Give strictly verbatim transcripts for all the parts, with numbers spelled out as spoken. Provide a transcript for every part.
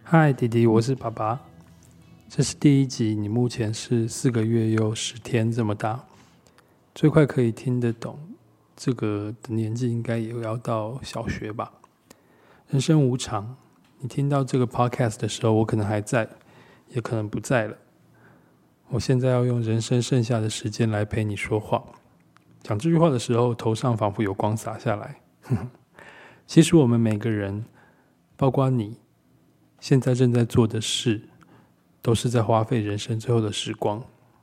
嗨，弟弟，我是爸爸。这是第一集，你目前是四个月又十天这么大，最快可以听得懂这个的年纪，应该也要到小学吧。人生无常，你听到这个 podcast 的时候，我可能还在，也可能不在了。我现在要用人生剩下的时间来陪你说话。讲这句话的时候，头上仿佛有光洒下来。其实我们每个人，包括你，现在正在做的事，都是在花费人生最后的时光。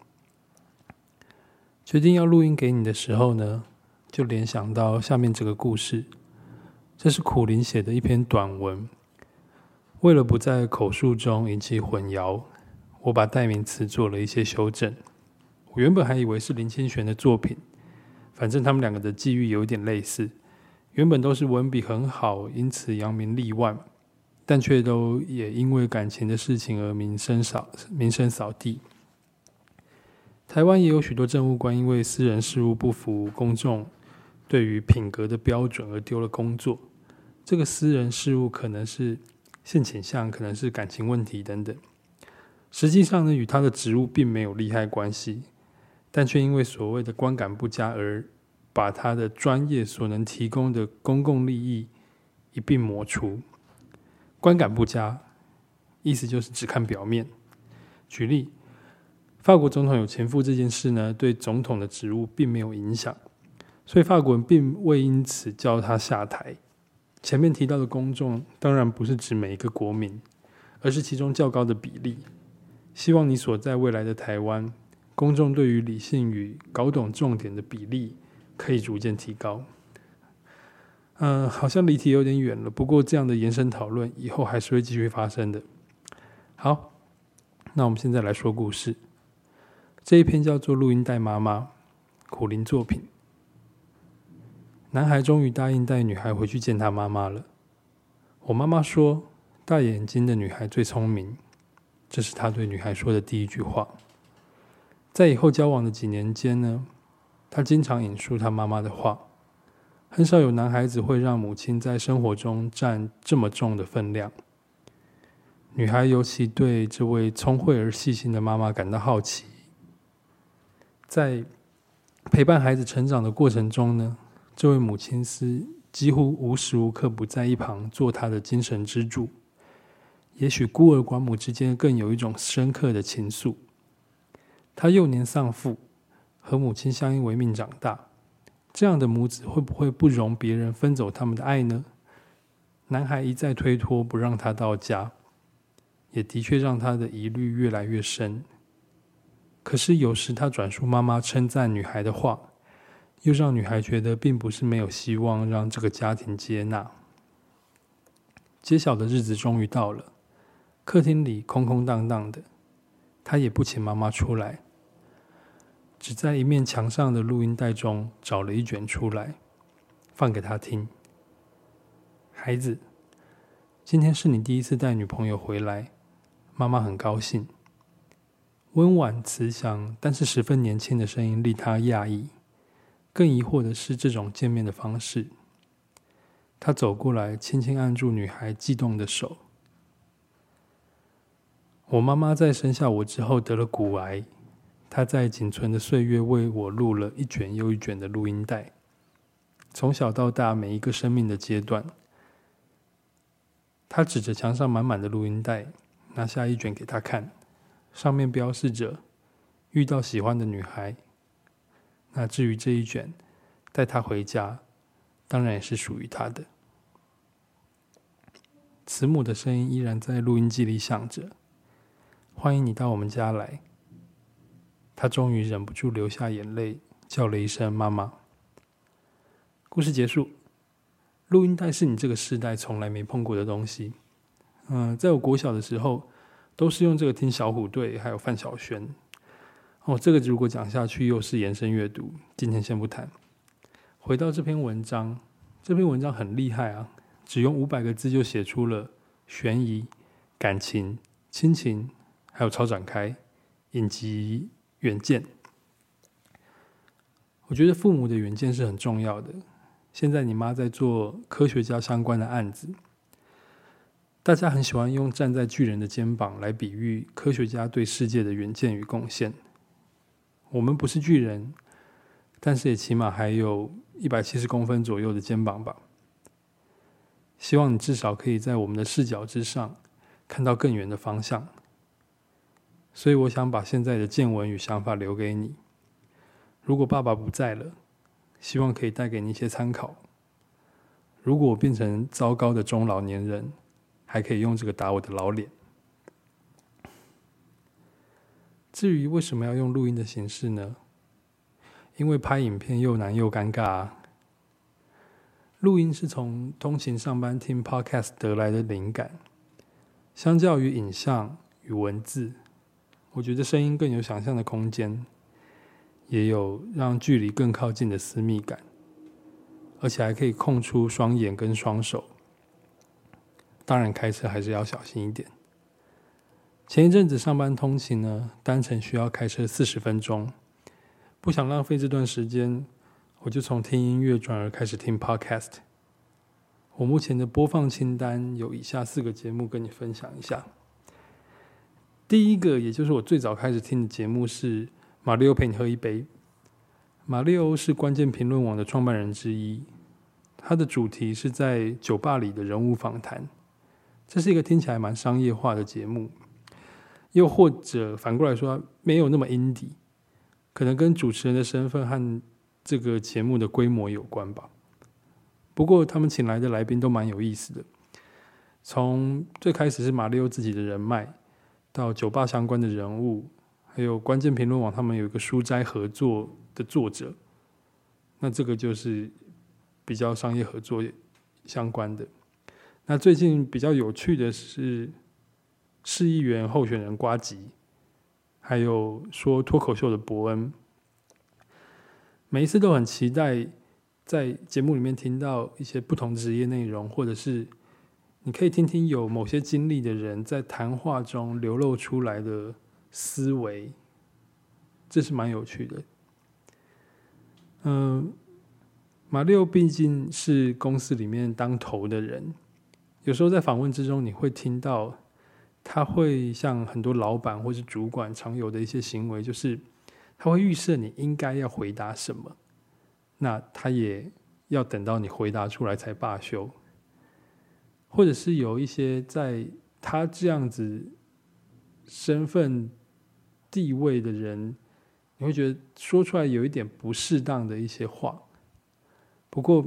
决定要录音给你的时候呢，就联想到下面这个故事。这是苦苓写的一篇短文，为了不在口述中引起混淆，我把代名词做了一些修正。我原本还以为是林清玄的作品，反正他们两个的际遇有一点类似，原本都是文笔很好，因此扬名立万，但却都也因为感情的事情而名声扫名声扫地。台湾也有许多政务官因为私人事务不符公众对于品格的标准而丢了工作。这个私人事务可能是性倾向，可能是感情问题等等。实际上呢，与他的职务并没有利害关系，但却因为所谓的观感不佳而把他的专业所能提供的公共利益一并抹除。观感不佳，意思就是只看表面。举例，法国总统有前夫这件事呢，对总统的职务并没有影响，所以法国人并未因此叫他下台。前面提到的公众，当然不是指每一个国民，而是其中较高的比例。希望你所在未来的台湾，公众对于理性与搞懂重点的比例可以逐渐提高。嗯、呃，好像离题有点远了，不过这样的延伸讨论以后还是会继续发生的。好，那我们现在来说故事。这一篇叫做《录音带妈妈》，苦苓作品。男孩终于答应带女孩回去见他妈妈了。我妈妈说，大眼睛的女孩最聪明，这是她对女孩说的第一句话。在以后交往的几年间呢，她经常引述她妈妈的话。很少有男孩子会让母亲在生活中占这么重的分量。女孩尤其对这位聪慧而细心的妈妈感到好奇。在陪伴孩子成长的过程中呢，这位母亲是几乎无时无刻不在一旁做她的精神支柱。也许孤儿寡母之间更有一种深刻的情愫。她幼年丧父，和母亲相依为命长大。这样的母子会不会不容别人分走他们的爱呢？男孩一再推脱不让他到家，也的确让他的疑虑越来越深。可是有时他转述妈妈称赞女孩的话，又让女孩觉得并不是没有希望让这个家庭接纳。揭晓的日子终于到了，客厅里空空荡荡的，他也不请妈妈出来，只在一面墙上的录音带中找了一卷出来，放给他听。孩子，今天是你第一次带女朋友回来，妈妈很高兴。温婉慈祥，但是十分年轻的声音令他讶异，更疑惑的是这种见面的方式。他走过来，轻轻按住女孩悸动的手。我妈妈在生下我之后得了骨癌，她在仅存的岁月为我录了一卷又一卷的录音带，从小到大每一个生命的阶段。她指着墙上满满的录音带，拿下一卷给她看，上面标示着遇到喜欢的女孩。那至于这一卷带她回家，当然也是属于她的。慈母的声音依然在录音机里响着，欢迎你到我们家来。他终于忍不住流下眼泪，叫了一声妈妈。故事结束。录音带是你这个世代从来没碰过的东西。嗯，在我国小的时候，都是用这个听小虎队，还有范晓萱。哦，这个如果讲下去又是延伸阅读，今天先不谈。回到这篇文章，这篇文章很厉害啊，只用五百个字就写出了悬疑、感情、亲情，还有超展开，以及远见。我觉得父母的远见是很重要的。现在你妈在做科学家相关的案子， 大家很喜欢用站在巨人的肩膀来比喻科学家对世界的远见与贡献。我们不是巨人，但是也起码还有一百七十公分左右的肩膀吧。希望你至少可以在我们的视角之上看到更远的方向。所以我想把现在的见闻与想法留给你。如果爸爸不在了，希望可以带给你一些参考。如果我变成糟糕的中老年人，还可以用这个打我的老脸。至于为什么要用录音的形式呢？因为拍影片又难又尴尬啊。录音是从通勤上班听 podcast 得来的灵感，相较于影像与文字，我觉得声音更有想象的空间，也有让距离更靠近的私密感，而且还可以空出双眼跟双手。当然开车还是要小心一点。前一阵子上班通勤呢，单程需要开车四十分钟，不想浪费这段时间，我就从听音乐转而开始听 podcast。 我目前的播放清单有以下四个节目跟你分享一下。第一个，也就是我最早开始听的节目是马里欧陪你喝一杯。马里欧是关键评论网的创办人之一，他的主题是在酒吧里的人物访谈，这是一个听起来蛮商业化的节目，又或者反过来说没有那么 indie， 可能跟主持人的身份和这个节目的规模有关吧。不过他们请来的来宾都蛮有意思的，从最开始是马里欧自己的人脉，到酒吧相关的人物，还有关键评论网他们有一个书斋合作的作者，那这个就是比较商业合作相关的。那最近比较有趣的是市议员候选人呱吉，还有说脱口秀的伯恩。每一次都很期待在节目里面听到一些不同职业内容，或者是你可以听听有某些经历的人在谈话中流露出来的思维，这是蛮有趣的。嗯，马里欧毕竟是公司里面当头的人，有时候在访问之中你会听到他会像很多老板或是主管常有的一些行为，就是他会预设你应该要回答什么，那他也要等到你回答出来才罢休。或者是有一些在他这样子身份地位的人，你会觉得说出来有一点不适当的一些话。不过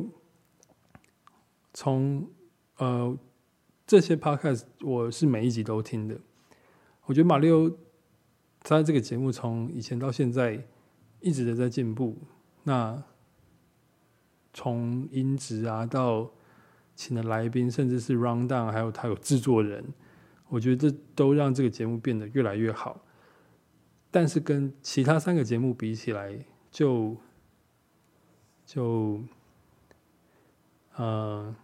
从呃这些 podcast 我是每一集都听的。我觉得马里欧他这个节目从以前到现在一直的在进步，那从音质啊到请的来宾，甚至是 round down， 还有他有制作人，我觉得这都让这个节目变得越来越好。但是跟其他三个节目比起来，就就呃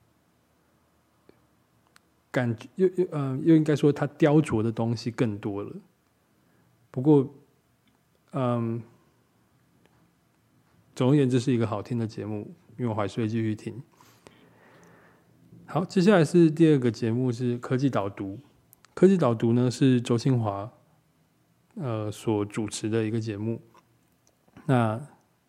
感觉又又呃又应该说他雕琢的东西更多了。不过，嗯，总而言之是一个好听的节目，因为我还是会继续听。好，接下来是第二个节目是科技导读。科技导读呢是周清华呃所主持的一个节目。那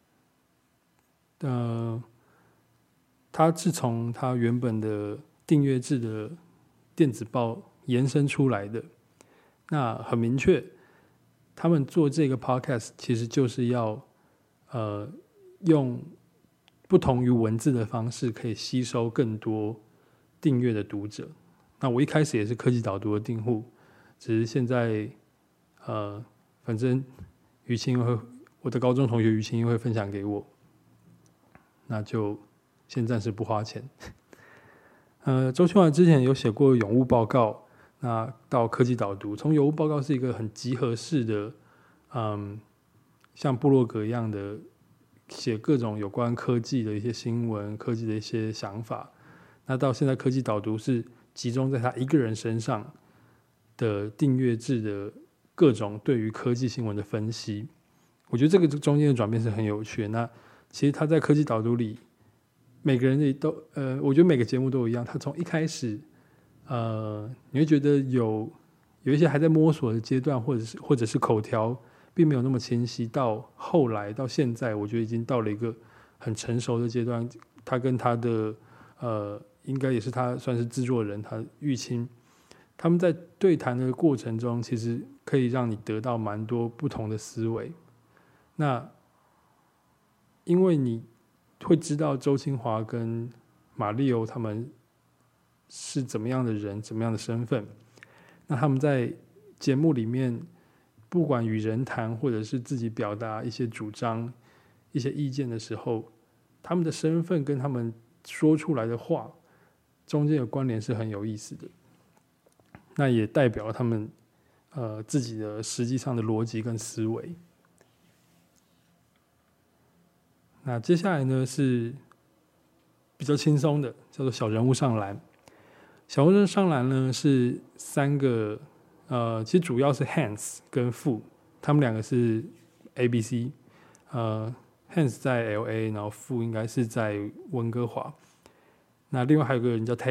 呃，他是从他原本的订阅制的电子报延伸出来的。那很明确，他们做这个 podcast 其实就是要呃用不同于文字的方式，可以吸收更多订阅的读者。那我一开始也是科技导读的订户，只是现在呃，反正于清会，我的高中同学于清会分享给我，那就先暂时不花钱。呃，周清华之前有写过永物报告，那到科技导读，从永物报告是一个很集合式的，嗯，像部落格一样的写各种有关科技的一些新闻、科技的一些想法。那到现在科技导读是集中在他一个人身上的订阅制的各种对于科技新闻的分析。我觉得这个中间的转变是很有趣的。那其实他在科技导读里，每个人都呃，我觉得每个节目都一样，他从一开始呃，你会觉得有有一些还在摸索的阶段，或者是或者是口条并没有那么清晰，到后来到现在，我觉得已经到了一个很成熟的阶段。他跟他的呃，应该也是他算是制作人，他玉清，他们在对谈的过程中，其实可以让你得到蛮多不同的思维。那因为你会知道周清华跟马力欧他们是怎么样的人，怎么样的身份，那他们在节目里面，不管与人谈，或者是自己表达一些主张、一些意见的时候，他们的身份跟他们说出来的话中间的关联是很有意思的。那也代表了他们呃自己的实际上的逻辑跟思维。那接下来呢是比较轻松的，叫做小人物上篮。小人物上篮呢是三个，呃，其实主要是 Hans 跟傅，他们两个是 A B C， 呃 ，Hans 在 L A， 然后傅应该是在温哥华。那另外还有个人叫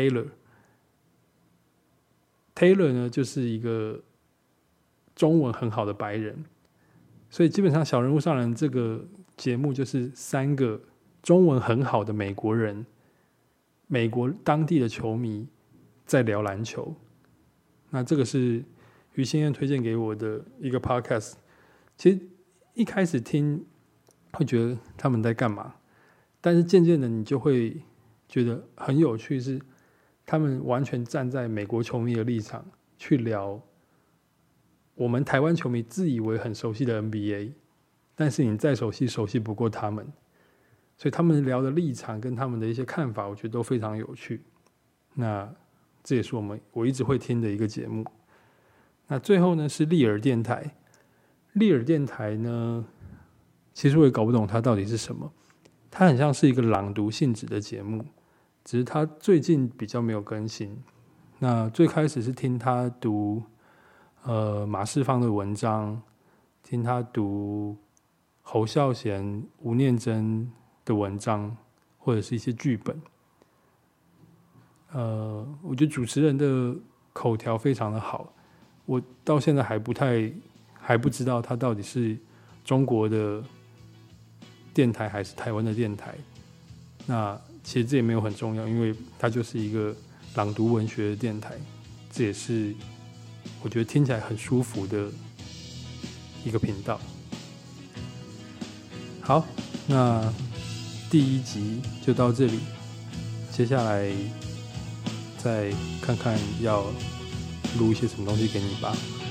Taylor，Taylor 呢就是一个中文很好的白人，所以基本上小人物上篮这个节目就是三个中文很好的美国人，美国当地的球迷在聊篮球。那这个是于心燕推荐给我的一个 podcast。其实一开始听会觉得他们在干嘛，但是渐渐的你就会觉得很有趣，是他们完全站在美国球迷的立场去聊我们台湾球迷自以为很熟悉的 N B A， 但是你再熟悉熟悉不过他们，所以他们聊的立场跟他们的一些看法我觉得都非常有趣。那这也是我们我一直会听的一个节目。那最后呢是利尔电台，利尔电台呢其实我也搞不懂它到底是什么，它很像是一个朗读性质的节目，只是它最近比较没有更新。那最开始是听他读呃马世芳的文章，听他读侯孝贤、吴念真的文章，或者是一些剧本。呃，我觉得主持人的口条非常的好，我到现在还不太还不知道他到底是中国的电台还是台湾的电台。那其实这也没有很重要，因为它就是一个朗读文学的电台，这也是我觉得听起来很舒服的一个频道。好，那第一集就到这里，接下来再看看要录一些什么东西给你吧。